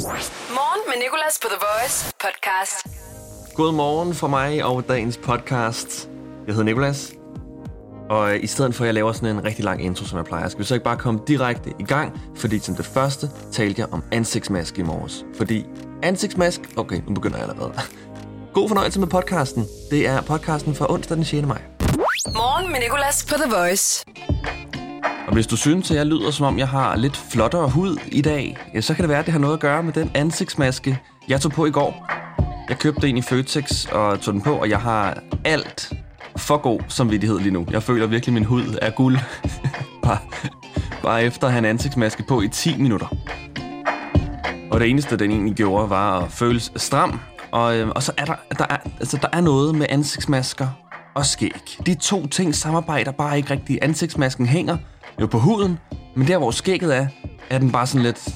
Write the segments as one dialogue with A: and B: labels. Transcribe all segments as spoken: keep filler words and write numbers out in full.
A: Morgen med Nicolas på The Voice podcast.
B: God morgen for mig og dagens podcast. Jeg hedder Nicolas. Og i stedet for at jeg laver sådan en rigtig lang intro, som jeg plejer, skal vi så ikke bare komme direkte i gang, fordi som det første talte jeg om ansigtsmaske i morges. Fordi ansigtsmask... Okay, nu begynder jeg allerede. God fornøjelse med podcasten. Det er podcasten fra onsdag den sjette maj.
A: Morgen med Nicolas på The Voice.
B: Og hvis du synes, at jeg lyder som om, jeg har lidt flottere hud i dag, ja, så kan det være, at det har noget at gøre med den ansigtsmaske, jeg tog på i går. Jeg købte en i Føtex og tog den på, og jeg har alt for god samvittighed lige nu. Jeg føler virkelig, at min hud er guld. bare, bare efter at have en ansigtsmaske på i ti minutter. Og det eneste, den egentlig gjorde, var at føles stram. Og, og så er der, der, er, altså, der er noget med ansigtsmasker og skæg. De to ting samarbejder bare ikke rigtigt. Ansigtsmasken hænger jo på huden, men der hvor skægget er, er den bare sådan lidt...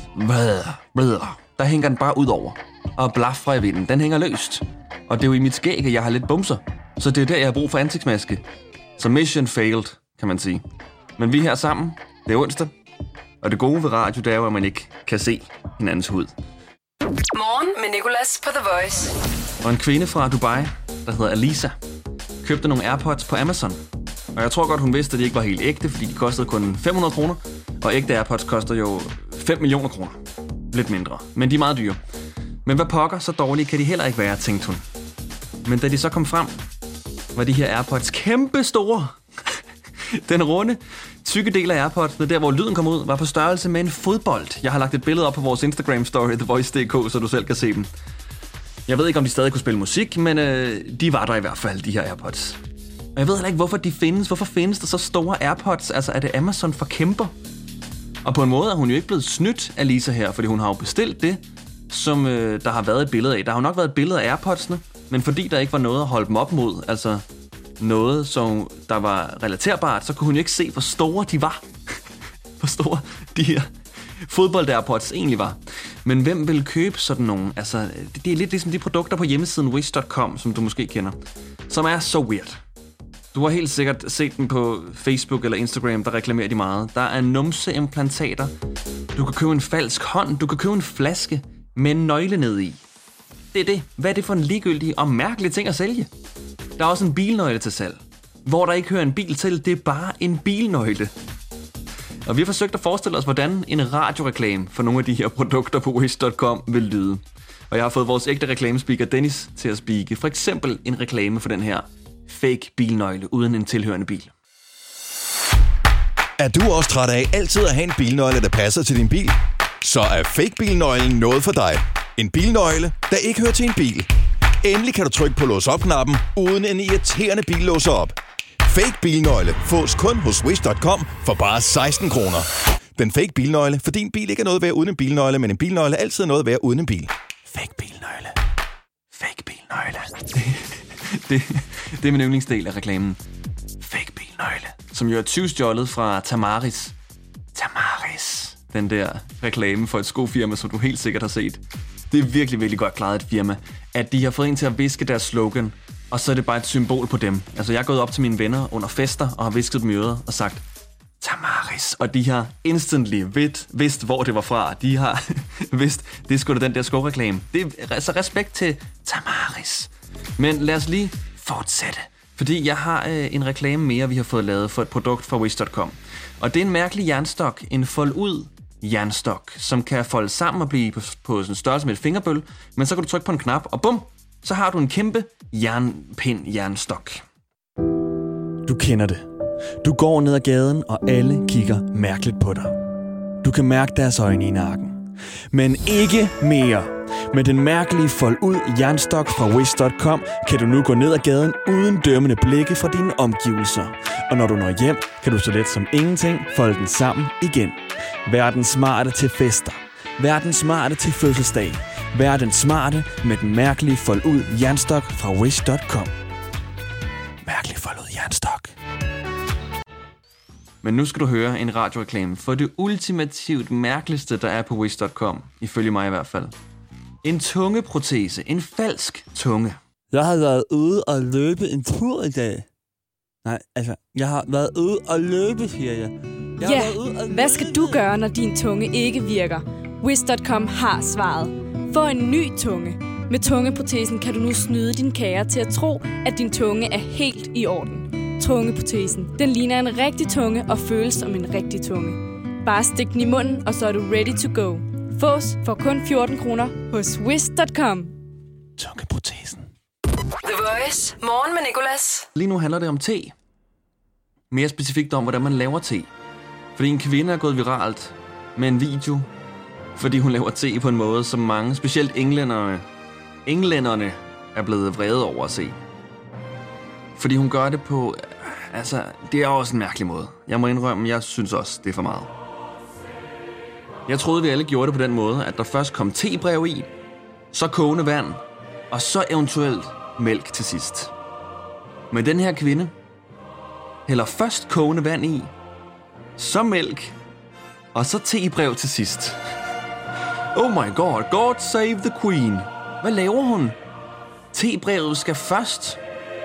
B: Der hænger den bare ud over og blaffer i vinden. Den hænger løst. Og det er jo i mit skæg, at jeg har lidt bumser. Så det er der, jeg har brug for ansigtsmaske. Så mission failed, kan man sige. Men vi er her sammen. Det er onsdag. Og det gode ved radio, det er jo, at man ikke kan se hinandens hud.
A: Morgen med Nicolas på The Voice.
B: Og en kvinde fra Dubai, der hedder Alisa, købte nogle AirPods på Amazon. Og jeg tror godt, hun vidste, at de ikke var helt ægte, fordi de kostede kun fem hundrede kroner. Og ægte AirPods koster jo fem millioner kroner. Lidt mindre. Men de er meget dyre. Men hvad pokker, så dårlige kan de heller ikke være, tænkte hun. Men da de så kom frem, var de her AirPods kæmpe store. Den runde, tykke del af AirPods'ene, der hvor lyden kom ud, var på størrelse med en fodbold. Jeg har lagt et billede op på vores Instagram-story, The Voice punktum d k, så du selv kan se dem. Jeg ved ikke, om de stadig kunne spille musik, men øh, de var der i hvert fald, de her AirPods. Og jeg ved heller ikke, hvorfor de findes. Hvorfor findes der så store AirPods? Altså, er det Amazon for kæmper? Og på en måde er hun jo ikke blevet snydt af Lisa her, fordi hun har jo bestilt det, som øh, der har været et billede af. Der har jo nok været et billede af AirPods'ene, men fordi der ikke var noget at holde dem op mod, altså noget, som der var relaterbart, så kunne hun jo ikke se, hvor store de var. Hvor store de her fodbold-AirPods egentlig var. Men hvem vil købe sådan nogle? Altså, det, det er lidt ligesom de produkter på hjemmesiden wish punktum com, som du måske kender, som er så weird. Du har helt sikkert set dem på Facebook eller Instagram, der reklamerer de meget. Der er numseimplantater. Du kan købe en falsk hånd. Du kan købe en flaske med en nøgle ned i. Det er det. Hvad er det for en ligegyldig og mærkelig ting at sælge? Der er også en bilnøgle til salg, hvor der ikke hører en bil til. Det er bare en bilnøgle. Og vi har forsøgt at forestille os, hvordan en radioreklame for nogle af de her produkter på wish punktum com vil lyde. Og jeg har fået vores ægte reklamespeaker Dennis til at speake. For eksempel en reklame for den her fake bilnøgle uden en tilhørende bil.
C: Er du også træt af altid at have en bilnøgle, der passer til din bil? Så er fake bilnøglen noget for dig. En bilnøgle, der ikke hører til en bil. Endelig kan du trykke på lås op-knappen, uden en irriterende bil låser op. Fake bilnøgle fås kun hos wish punktum com for bare seksten kroner. Den fake bilnøgle, for din bil ikke er noget værd uden en bilnøgle, men en bilnøgle er altid noget værd uden en bil. Fake bilnøgle.
B: Fake bilnøgle. Det, det er min yndlingsdel af reklamen. Fake bilnøgle. Som jo er tyvstjålet fra Tamaris. Tamaris. Den der reklame for et skofirma, som du helt sikkert har set. Det er virkelig, virkelig godt klaret et firma, at de har fået en til at viske deres slogan, og så er det bare et symbol på dem. Altså, jeg er gået op til mine venner under fester og har visket dem i øret og sagt Tamaris. Og de har instantly vidst, vidst hvor det var fra. De har vidst, det er sgu da den der skoreklame. Det er altså respekt til Tamaris. Men lad os lige fortsætte. Fordi jeg har øh, en reklame mere, vi har fået lavet for et produkt fra wish punktum com. Og det er en mærkelig jernstok, en fold ud jernstok, som kan folde sammen og blive på, på sådan en størrelse med et fingerbøl. Men så kan du trykke på en knap, og bum, så har du en kæmpe jernpind jernstok. Du kender det. Du går ned ad gaden, og alle kigger mærkeligt på dig. Du kan mærke deres øjne i nakken. Men ikke mere. Med den mærkelige fold ud jernstok fra wish punktum com kan du nu gå ned ad gaden uden dømmende blikke fra dine omgivelser. Og når du når hjem, kan du så let som ingenting folde den sammen igen. Vær den smarte til fester. Vær den smarte til fødselsdag. Vær den smarte med den mærkelige fold ud jernstok fra wish punktum com. Mærkelig fold ud jernstok. Men nu skal du høre en radioreklame for det ultimativt mærkeligste, der er på wish punktum com, ifølge mig i hvert fald. En tungeprotese. En falsk tunge.
D: Jeg har været ude og løbe en tur i dag. Nej, altså, jeg har været ude og løbe, siger jeg. jeg
E: ja, hvad skal du gøre, når din tunge ikke virker? Wish punktum com har svaret. Få en ny tunge. Med tungeprotesen kan du nu snyde din kære til at tro, at din tunge er helt i orden. Tungeprotesen. Den ligner en rigtig tunge og føles som en rigtig tunge. Bare stik den i munden, og så er du ready to go. Fås for kun fjorten kroner hos Wish punktum com.
C: Tungeprotesen.
A: The Voice. Morgen med Nicolas.
B: Lige nu handler det om te. Mere specifikt om, hvordan man laver te. Fordi en kvinde er gået viralt med en video, fordi hun laver te på en måde, som mange, specielt englænderne, englænderne er blevet vrede over at se. Fordi hun gør det på, altså, det er også en mærkelig måde. Jeg må indrømme, jeg synes også, det er for meget. Jeg troede, vi alle gjorde det på den måde, at der først kom tebrev i, så kogende vand, og så eventuelt mælk til sidst. Men den her kvinde hælder først kogende vand i, så mælk, og så tebrev til sidst. Oh my god, God save the queen. Hvad laver hun? Tebrevet skal først.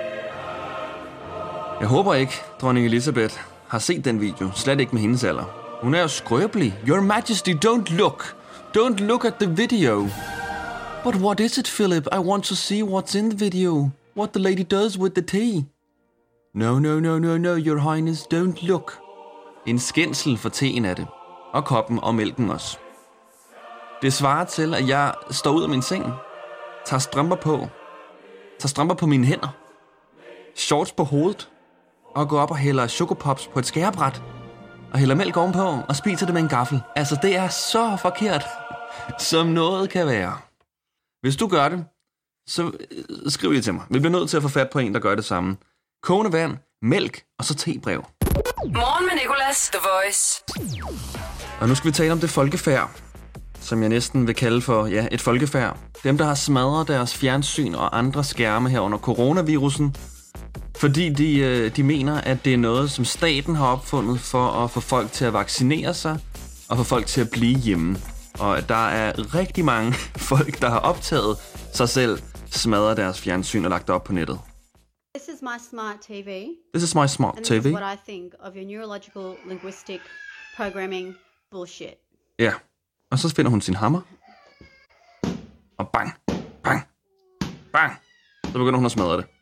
B: Jeg håber ikke, dronning Elizabeth har set den video. Slet ikke med hendes alder. Hun er jo skrøbelig. Your Majesty, don't look. Don't look at the video. But what is it, Philip? I want to see what's in the video. What the lady does with the tea. No, no, no, no, no, your highness, don't look. En skændsel for teen er det. Og koppen og mælken også. Det svarer til, at jeg står ud af min seng, tager strømper på, tager strømper på mine hænder, shorts på hovedet, og går op og hælder chokopops på et skærebræt, og hælder mælk ovenpå, og spiser det med en gaffel. Altså, det er så forkert, som noget kan være. Hvis du gør det, så skriv det til mig. Vi bliver nødt til at få fat på en, der gør det samme. Kogende vand, mælk, og så tebrev.
A: Morgen med Nicolas, The Voice.
B: Og nu skal vi tale om det folkefærd, som jeg næsten vil kalde for, ja, et folkefærd. Dem, der har smadret deres fjernsyn og andre skærme her under coronavirusen, fordi de, de mener, at det er noget, som staten har opfundet for at få folk til at vaccinere sig og få folk til at blive hjemme. Og der er rigtig mange folk, der har optaget sig selv, smadret deres fjernsyn og lagt det op på nettet.
F: This is my smart T V.
B: This is my smart
F: and
B: T V.
F: This is what I think of your neurological linguistic programming bullshit.
B: Ja, og så finder hun sin hammer. Og bang, bang, bang. Så begynder hun at smadre det.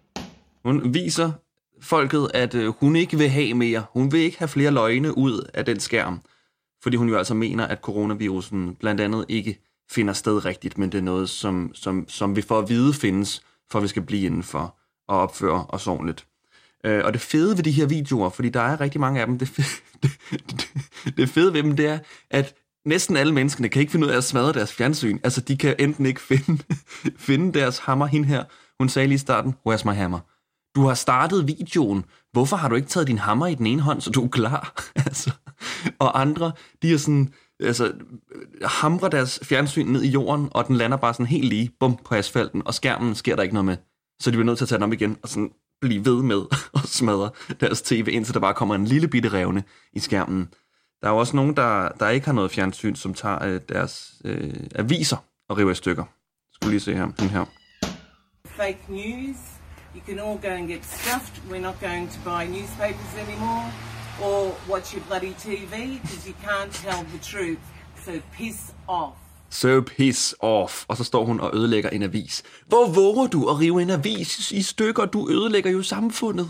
B: Hun viser folket, at øh, hun ikke vil have mere. Hun vil ikke have flere løgne ud af den skærm. Fordi hun jo altså mener, at coronavirusen blandt andet ikke finder sted rigtigt, men det er noget, som, som, som vi får at vide findes, for at vi skal blive indenfor og opføre os ordentligt. Øh, og det fede ved de her videoer, fordi der er rigtig mange af dem, det fede, det, det, det fede ved dem, det er, at næsten alle menneskene kan ikke finde ud af at smadre deres fjernsyn. Altså, de kan enten ikke finde, finde deres hammer. Hende her, hun sagde lige i starten, where's my hammer? Du har startet videoen. Hvorfor har du ikke taget din hammer i den ene hånd, så du er klar? altså, og andre, de er sådan, altså, hamrer deres fjernsyn ned i jorden, og den lander bare sådan helt lige, bum, på asfalten, og skærmen sker der ikke noget med. Så de bliver nødt til at tage den op igen, og sådan blive ved med at smadre deres tv, indtil der bare kommer en lille bitte revne i skærmen. Der er jo også nogen, der, der ikke har noget fjernsyn, som tager øh, deres øh, aviser og river i stykker. Skal lige se her. Den her.
G: Fake news. You can all go and get stuffed. We're not going to buy newspapers anymore or watch your bloody T V because you can't tell the truth. So piss off.
B: So piss off. Og så står hun og ødelægger en avis. Hvor våger du at rive en avis i stykker? Du ødelægger jo samfundet.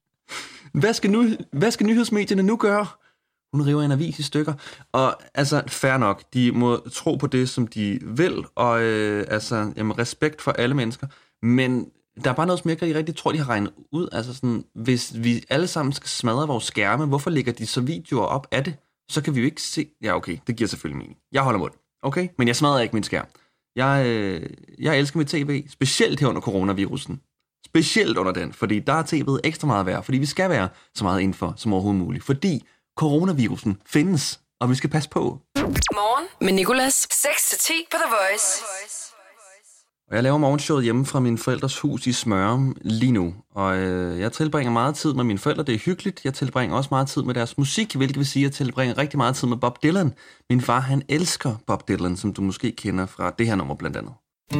B: Hvad skal, nu, hvad skal nyhedsmedierne nu gøre? Hun river en avis i stykker. Og altså, fair nok, de må tro på det, som de vil, og øh, altså, jamen, respekt for alle mennesker. Men der er bare noget, som jeg ikke rigtig tror, de har regnet ud. Altså sådan, hvis vi alle sammen skal smadre vores skærme, hvorfor lægger de så videoer op af det? Så kan vi jo ikke se... Ja, okay, det giver selvfølgelig mening. Jeg holder mund, okay? Men jeg smadrer ikke min skærm. Jeg, øh, jeg elsker mit tv, specielt her under coronavirusen. Specielt under den, fordi der er tv'et ekstra meget værd, fordi vi skal være så meget indenfor som overhovedet muligt. Fordi coronavirusen findes, og vi skal passe på.
A: Morgen med Nicolas. seks til ti på The Voice.
B: Og jeg laver morgenshowet hjemme fra min forældres hus i Smørum lige nu. Og øh, jeg tilbringer meget tid med mine forældre, det er hyggeligt. Jeg tilbringer også meget tid med deres musik, hvilket vil sige, at jeg tilbringer rigtig meget tid med Bob Dylan. Min far, han elsker Bob Dylan, som du måske kender fra det her nummer blandt andet.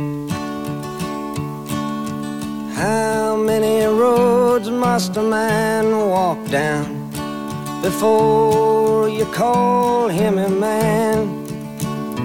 H: How many roads must a man walk down before you call him a man?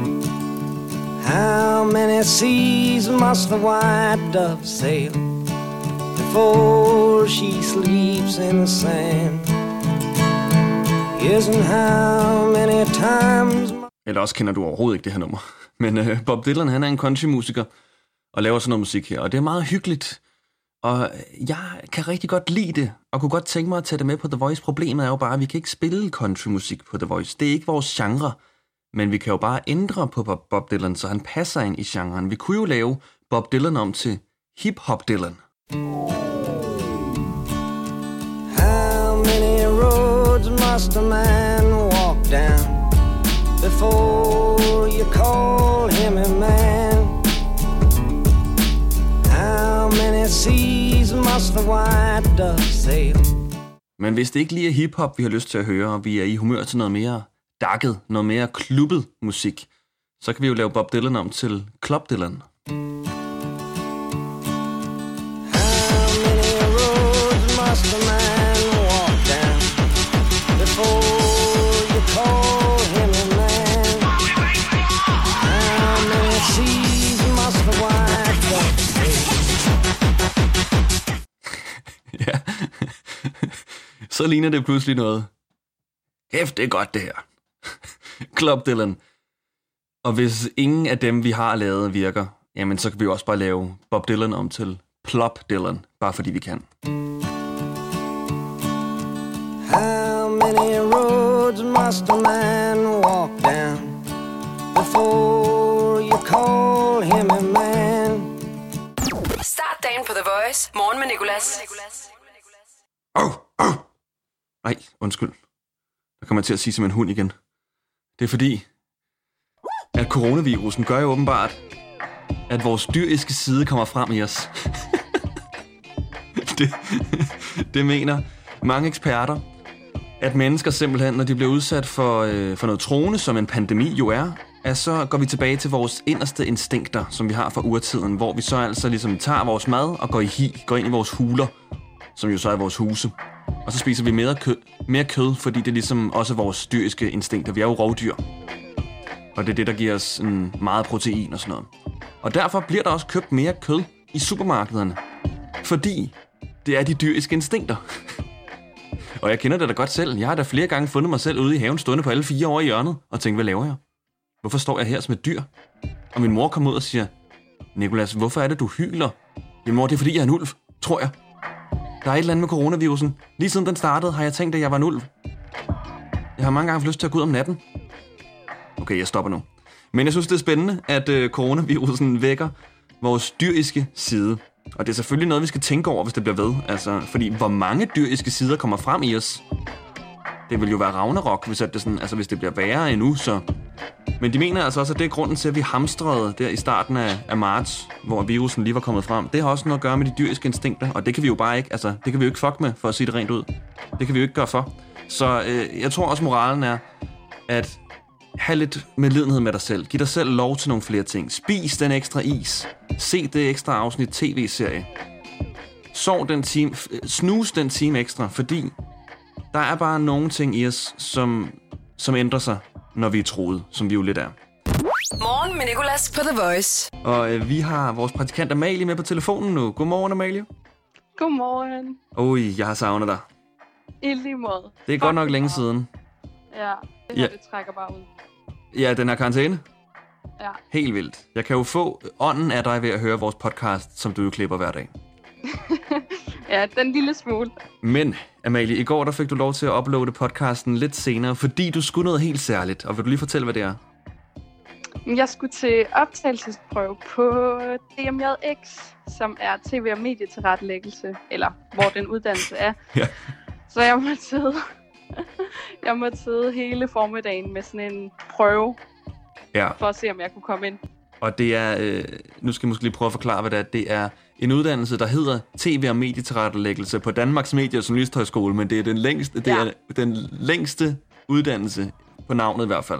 H: many seas must the white dove sail before she sleeps in the sand? Yes, and how many times...
B: Eller også kender du overhovedet ikke det her nummer. Men øh, Bob Dylan, han er en countrymusiker og laver sådan noget musik her. Og det er meget hyggeligt. Og jeg kan rigtig godt lide det, og kunne godt tænke mig at tage det med på The Voice. Problemet er jo bare, at vi kan ikke spille countrymusik på The Voice. Det er ikke vores genre. Men vi kan jo bare ændre på Bob Dylan, så han passer ind i genren. Vi kunne jo lave Bob Dylan om til hip-hop Dylan.
H: How many roads must a man walk down before you call him a man? How many seas must the white dove sail?
B: Men hvis det ikke lige er hip-hop, vi har lyst til at høre, og vi er i humør til noget mere dakket, noget mere klubbet musik, så kan vi jo lave Bob Dylan om til Club Dylan.
H: How many roads must a man walk down before you call him a man? How many seas must the white dove sail?
B: Ja, så ligner det pludselig noget. Kæft, det er godt det her. Club Dylan. Og hvis ingen af dem, vi har lavet, virker, jamen så kan vi jo også bare lave Bob Dylan om til Plop Dylan, bare fordi vi kan.
H: How many roads must a man walk down before you call him a man?
A: Start dagen på The Voice. Morgen med Nicolas.
B: Au, au. Nej, undskyld. Der kommer jeg til at sige som en hund igen. Det er fordi, at coronavirusen gør jo åbenbart, at vores dyriske side kommer frem i os. det, det mener mange eksperter, at mennesker simpelthen, når de bliver udsat for, øh, for noget truende, som en pandemi jo er, at så går vi tilbage til vores inderste instinkter, som vi har fra urtiden, hvor vi så altså ligesom tager vores mad og går i hi, går ind i vores huler, som jo så er vores huse. Og så spiser vi mere kød, mere kød, fordi det er ligesom også vores dyriske instinkter. Vi er jo rovdyr. Og det er det, der giver os en meget protein og sådan noget. Og derfor bliver der også købt mere kød i supermarkederne. Fordi det er de dyriske instinkter. Og jeg kender det da godt selv. Jeg har da flere gange fundet mig selv ude i haven stående på alle fire år i hjørnet og tænkt, hvad laver jeg? Hvorfor står jeg her som et dyr? Og min mor kommer ud og siger, Nicolas, hvorfor er det, du hyler? Jamen mor, det er fordi, jeg er en ulv, tror jeg. Der er et eller andet med coronavirusen. Lige siden den startede, har jeg tænkt, at jeg var en ulv. Jeg har mange gange haft lyst til at gå ud om natten. Okay, jeg stopper nu. Men jeg synes, det er spændende, at øh, coronavirusen vækker vores dyriske side. Og det er selvfølgelig noget, vi skal tænke over, hvis det bliver ved. Altså, fordi hvor mange dyriske sider kommer frem i os? Det vil jo være Ragnarok, hvis, det sådan, altså, hvis det bliver værre endnu, så... Men de mener altså også, at det er grunden til, at vi hamstrede der i starten af, af marts, hvor virusen lige var kommet frem. Det har også noget at gøre med de dyriske instinkter, og det kan vi jo bare ikke, altså, det kan vi jo ikke fuck med, for at sige det rent ud. Det kan vi jo ikke gøre for. Så øh, jeg tror også, moralen er, at have lidt medlidenhed med dig selv. Giv dig selv lov til nogle flere ting. Spis den ekstra is. Se det ekstra afsnit tv-serie. Sov den time, snus den time ekstra, fordi der er bare nogle ting i os, som, som ændrer sig, når vi er troet, som vi jo lidt er.
A: Morgen med Nicolas på The Voice.
B: Og øh, vi har vores praktikant Amalie med på telefonen nu. Godmorgen, Amalie.
I: Godmorgen.
B: Ui, jeg har savnet dig.
I: I lige måde.
B: Det er godt nok længe siden.
I: Ja, det her
B: Ja.
I: det trækker bare ud.
B: Ja, den her karantæne.
I: Ja.
B: Helt vildt. Jeg kan jo få ånden af dig ved at høre vores podcast, som du jo klipper hver dag.
I: Ja, den lille smule.
B: Men, Amalie, i går der fik du lov til at uploade podcasten lidt senere, fordi du skulle noget helt særligt. Og vil du lige fortælle, hvad det er?
I: Jeg skulle til optagelsesprøve på D M J X, som er tv- og medietilrettelæggelse, eller hvor den uddannelse er.
B: Ja.
I: Så jeg måtte sidde, jeg måtte sidde hele formiddagen med sådan en prøve,
B: Ja.
I: for at se, om jeg kunne komme ind.
B: Og det er, øh, nu skal jeg måske lige prøve at forklare, hvad det er. Det er en uddannelse, der hedder tv- og medietilrettelæggelse på Danmarks Medie- og Journalisthøjskole, men det er den længste, det
I: Ja.
B: er den længste uddannelse, på navnet i hvert fald.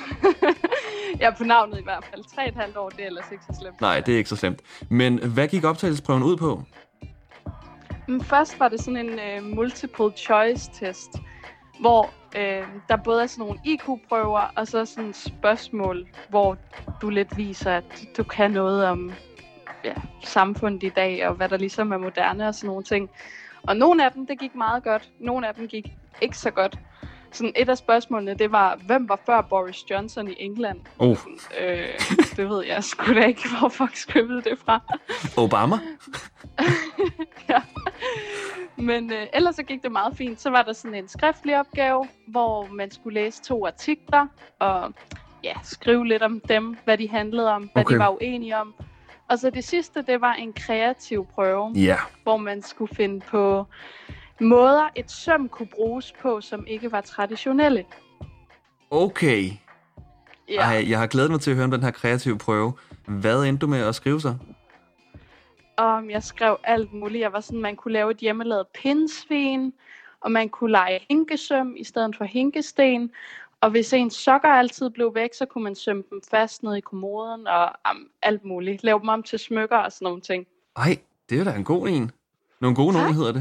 I: Ja, på navnet i hvert fald. Tre og et halvt år, det er ellers ikke så slemt.
B: Nej, det er ikke så slemt. Men hvad gik optagelsesprøven ud på?
I: Men først var det sådan en uh, multiple choice test, hvor øh, der både er sådan nogle I Q-prøver, og så sådan spørgsmål, hvor du lidt viser, at du kan noget om ja, samfundet i dag, og hvad der ligesom er moderne og sådan nogle ting. Og nogle af dem, det gik meget godt. Nogle af dem gik ikke så godt. Sådan et af spørgsmålene, det var, hvem var før Boris Johnson i England?
B: Oh.
I: Øh, det ved jeg sgu da ikke, hvor folk skulle vide det fra.
B: Obama?
I: Ja. Men øh, ellers så gik det meget fint. Så var der sådan en skriftlig opgave, hvor man skulle læse to artikler, og ja, skrive lidt om dem, hvad de handlede om, hvad
B: Okay.
I: de var uenige om. Og så det sidste, det var en kreativ prøve,
B: Ja.
I: hvor man skulle finde på måder, et søm kunne bruges på, som ikke var traditionelle.
B: Okay.
I: Ja.
B: Ej, jeg har glædet mig til at høre om den her kreative prøve. Hvad endte du med at skrive så?
I: Og jeg skrev alt muligt. Jeg var sådan, man kunne lave et hjemmelavet pindsvin, og man kunne lege hinkesøm i stedet for hinkesten. Og hvis ens sokker altid blev væk, så kunne man sømme dem fast ned i kommoden og um, alt muligt. Lave dem om til smykker og sådan nogle ting.
B: Ej, det er da en god en. Nogle gode nogen hedder det.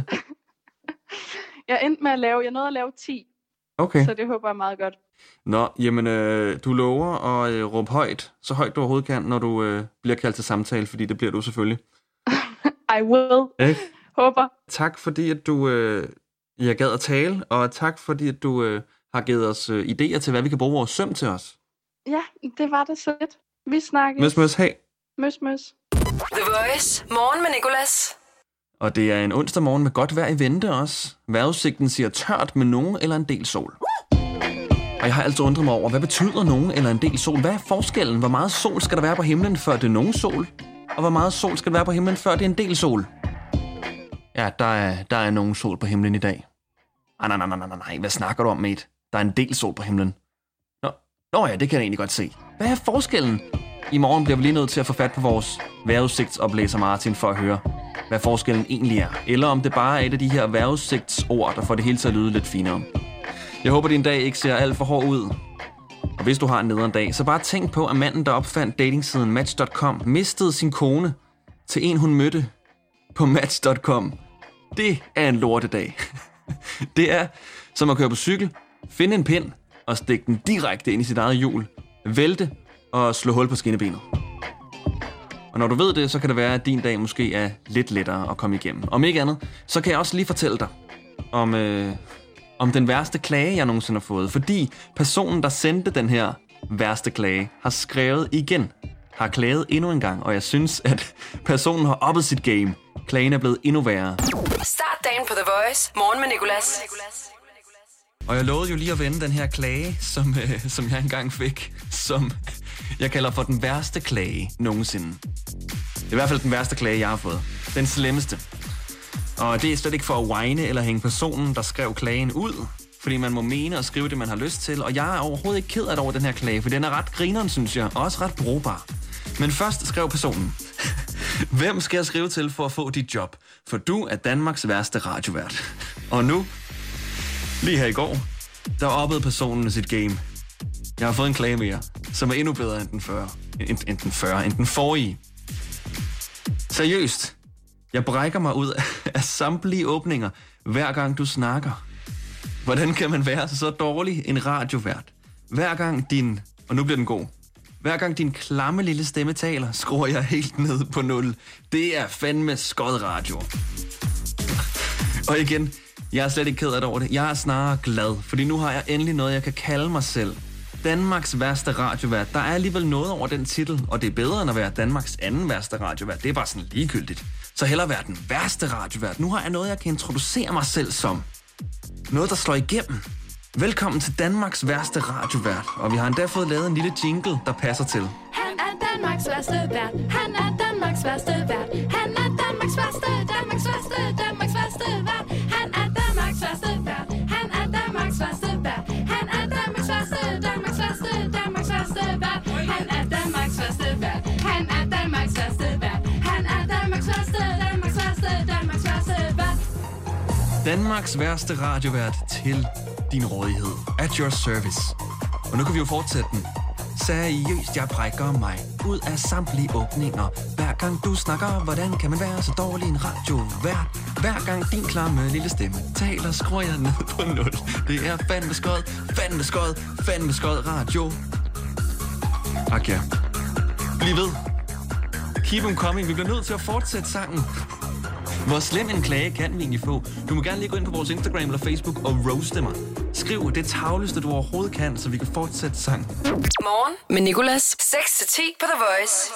I: Jeg endte med at lave, jeg nåede at lave ti,
B: Okay.
I: så det håber jeg meget godt.
B: Nå, jamen, øh, du lover at øh, råbe højt, så højt du overhovedet kan, når du øh, bliver kaldt til samtale, fordi det bliver du selvfølgelig.
I: I will.
B: Ikke?
I: Håber.
B: Tak fordi, at du øh, jeg gad at tale, og tak fordi, at du øh, har givet os øh, idéer til, hvad vi kan bruge vores søm til os.
I: Ja, det var det så lidt. Vi snakkes.
B: Møs, møs, hey.
I: Møs, møs.
A: The Voice. Morgen med Nicolas.
B: Og det er en onsdag morgen med godt vejr i vente også. Vejrudsigten siger tørt med nogen eller en del sol. Og jeg har altid undret mig over, hvad betyder nogen eller en del sol? Hvad er forskellen? Hvor meget sol skal der være på himlen, før det er nogen sol? Og hvor meget sol skal der være på himlen, før det er en del sol? Ja, der er, der er nogen sol på himlen i dag. Ah, nej, nej, nej, nej, nej. Hvad snakker du om, mate? Der er en del sol på himlen. Nå, Nå ja, det kan jeg egentlig godt se. Hvad er forskellen? I morgen bliver vi lige nødt til at få fat på vores vejrudsigtsoplæser Martin for at høre, hvad forskellen egentlig er. Eller om det bare er et af de her vejrudsigtsord, der får det hele til at lyde lidt finere. Jeg håber, din dag ikke ser alt for hård ud. Og hvis du har en nederen dag, så bare tænk på, at manden, der opfandt datingsiden Match punktum com, mistede sin kone til en, hun mødte på Match punktum com. Det er en lortedag. Det er som at køre på cykel, finde en pind og stikke den direkte ind i sit eget hjul, vælte og slå hul på skinnebenet. Og når du ved det, så kan det være, at din dag måske er lidt lettere at komme igennem. Om ikke andet, så kan jeg også lige fortælle dig om, øh, om den værste klage, jeg nogensinde har fået. Fordi personen, der sendte den her værste klage, har skrevet igen, har klaget endnu en gang. Og jeg synes, at personen har oppet sit game. Klagen er blevet endnu værre.
A: Start dagen på The Voice. Morgen med Nicolas.
B: Og jeg lovede jo lige at vende den her klage, som, øh, som jeg engang fik, som jeg kalder for den værste klage nogensinde. Det er i hvert fald den værste klage, jeg har fået. Den slemmeste. Og det er slet ikke for at whine eller hænge personen, der skrev klagen ud, fordi man må mene og skrive det, man har lyst til. Og jeg er overhovedet ikke ked af det over den her klage, for den er ret grineren, synes jeg, og også ret brugbar. Men først skrev personen: hvem skal jeg skrive til for at få dit job? For du er Danmarks værste radiovært. Og nu, lige her i går, der oppede personen sit game. Jeg har fået en klage mere, som er endnu bedre end den før. End, end den før, end den forrige. Seriøst. Jeg brækker mig ud af samtlige åbninger, hver gang du snakker. Hvordan kan man være så dårlig en radiovært? Hver gang din, og nu bliver den god, hver gang din klamme lille stemme taler, skruer jeg helt ned på nul. Det er fandme skod radio. Og igen, jeg er slet ikke ked af det over det. Jeg er snarere glad, fordi nu har jeg endelig noget, jeg kan kalde mig selv. Danmarks værste radiovært. Der er alligevel noget over den titel, og det er bedre end at være Danmarks anden værste radiovært. Det er bare sådan ligegyldigt. Så hellere være den værste radiovært. Nu har jeg noget, jeg kan introducere mig selv som. Noget, der slår igennem. Velkommen til Danmarks værste radiovært. Og vi har endda fået lavet en lille jingle, der passer til.
J: Han er Danmarks værste vært. Han er Danmarks værste vært. Han er Danmarks værste, Danmarks værste, Danmarks værste vært. Han er Danmarks værste vært. Han er Danmarks værste vært. Han er Danmarks værste, Danmarks værste, Danmarks værste vært. Han er Danmarks værste vært. Han er Danmarks værste vært. Han er Danmarks værste, Danmarks værste, Danmarks værste vært.
B: Danmarks værste radiovært til din rådighed. At your service. Og nu kan vi jo fortsætte den. seriøst, jeg brækker mig ud af samtlige åbninger. Hver gang du snakker, hvordan kan man være så dårlig en radiovært? Hver gang din klamme lille stemme taler, skruer jeg ned på nul. Det er fandme skød, fandme skød, fandme skød radio. Ak ja. Bliv ved. Keep them coming. Vi bliver nødt til at fortsætte sangen. Hvor slem en klage kan vi egentlig få? Du må gerne lige gå ind på vores Instagram eller Facebook og roaste mig. Skriv det tavleste, du overhovedet kan, så vi kan fortsætte sangen.
A: Morgen med Nicolas. seks til ti på The Voice.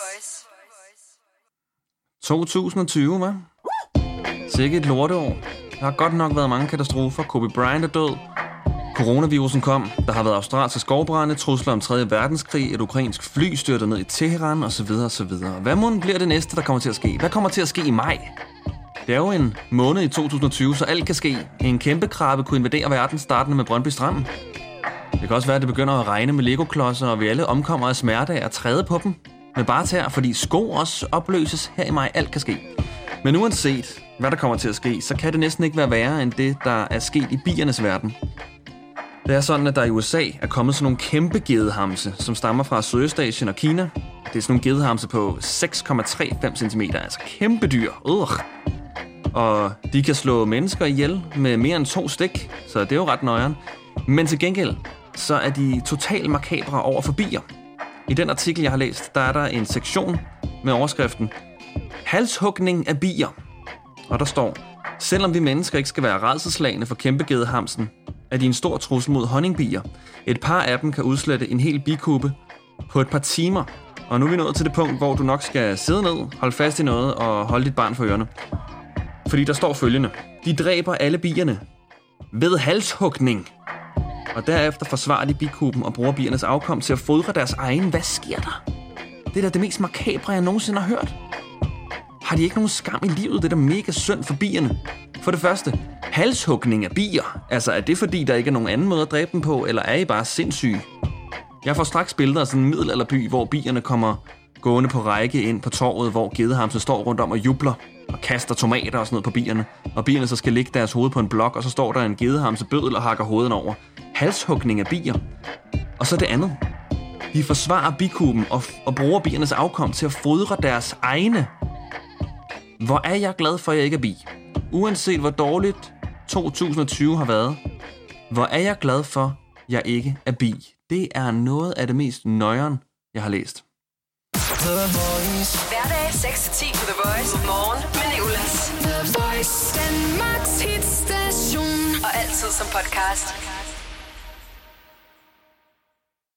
B: to tusind og tyve, hva'? Sikke et lorteår. Der har godt nok været mange katastrofer. Kobe Bryant er død. Coronavirusen kom. Der har været australske skovbrande, trusler om tredje verdenskrig, et ukrainsk fly styrtet ned i Teheran osv. osv. Hvad mon bliver det næste, der kommer til at ske? Hvad kommer til at ske i maj? Det er jo en måned i to tusind og tyve, så alt kan ske. En kæmpe krabbe kunne invadere verden, startende med Brøndby Strand. Det kan også være, at det begynder at regne med legoklodser, og vi alle omkommer af smerte af at træde på dem med bare tæer, fordi sko også opløses her i maj. Alt kan ske. Men uanset hvad der kommer til at ske, så kan det næsten ikke være værre end det, der er sket i biernes verden. Det er sådan, at der i U S A er kommet sådan nogle kæmpe gedehamse, som stammer fra Sydøstasien og Kina. Det er sådan nogle gedehamse på seks komma tredive centimeter, altså kæmpe dyr. Ugh. Og de kan slå mennesker ihjel med mere end to stik, så det er jo ret nøjeren. Men til gengæld, så er de totalt makabre over for bier. I den artikel, jeg har læst, der er der en sektion med overskriften halshugning af bier. Og der står, selvom vi mennesker ikke skal være rædselsslagne for kæmpegedehamsen, er de en stor trussel mod honningbier. Et par af dem kan udslette en hel bikube på et par timer. Og nu er vi nået til det punkt, hvor du nok skal sidde ned, holde fast i noget og holde dit barn for ørerne. Fordi der står følgende. De dræber alle bierne ved halshugning. Og derefter forsvarer de bikuben og bruger biernes afkom til at fodre deres egen. Hvad sker der? Det er da det mest makabre, jeg nogensinde har hørt. Har de ikke nogen skam i livet? Det er da mega synd for bierne. For det første, halshugning af bier. Altså, er det fordi, der ikke er nogen anden måde at dræbe dem på, eller er I bare sindssyge? Jeg får straks billeder af sådan en middelalderby, hvor bierne kommer gående på række ind på torvet, hvor gedehamse står rundt om og jubler og kaster tomater og sådan noget på bierne. Og bierne så skal lægge deres hoved på en blok, og så står der en gedehamse bødel og hakker hovedet over. Halshugning af bier. Og så det andet. De forsvarer bikuben og, og bruger biernes afkom til at fodre deres egne. Hvor er jeg glad for, at jeg ikke er bi. Uanset hvor dårligt to tusind og tyve har været, hvor er jeg glad for, at jeg ikke er bi. Det er noget af det mest nøjeren, jeg har læst.
A: Hverdag seks til ti på The Voice. Morgen med Nicolas.
J: The Voice. Danmarks hitstation.
A: Og altid som podcast.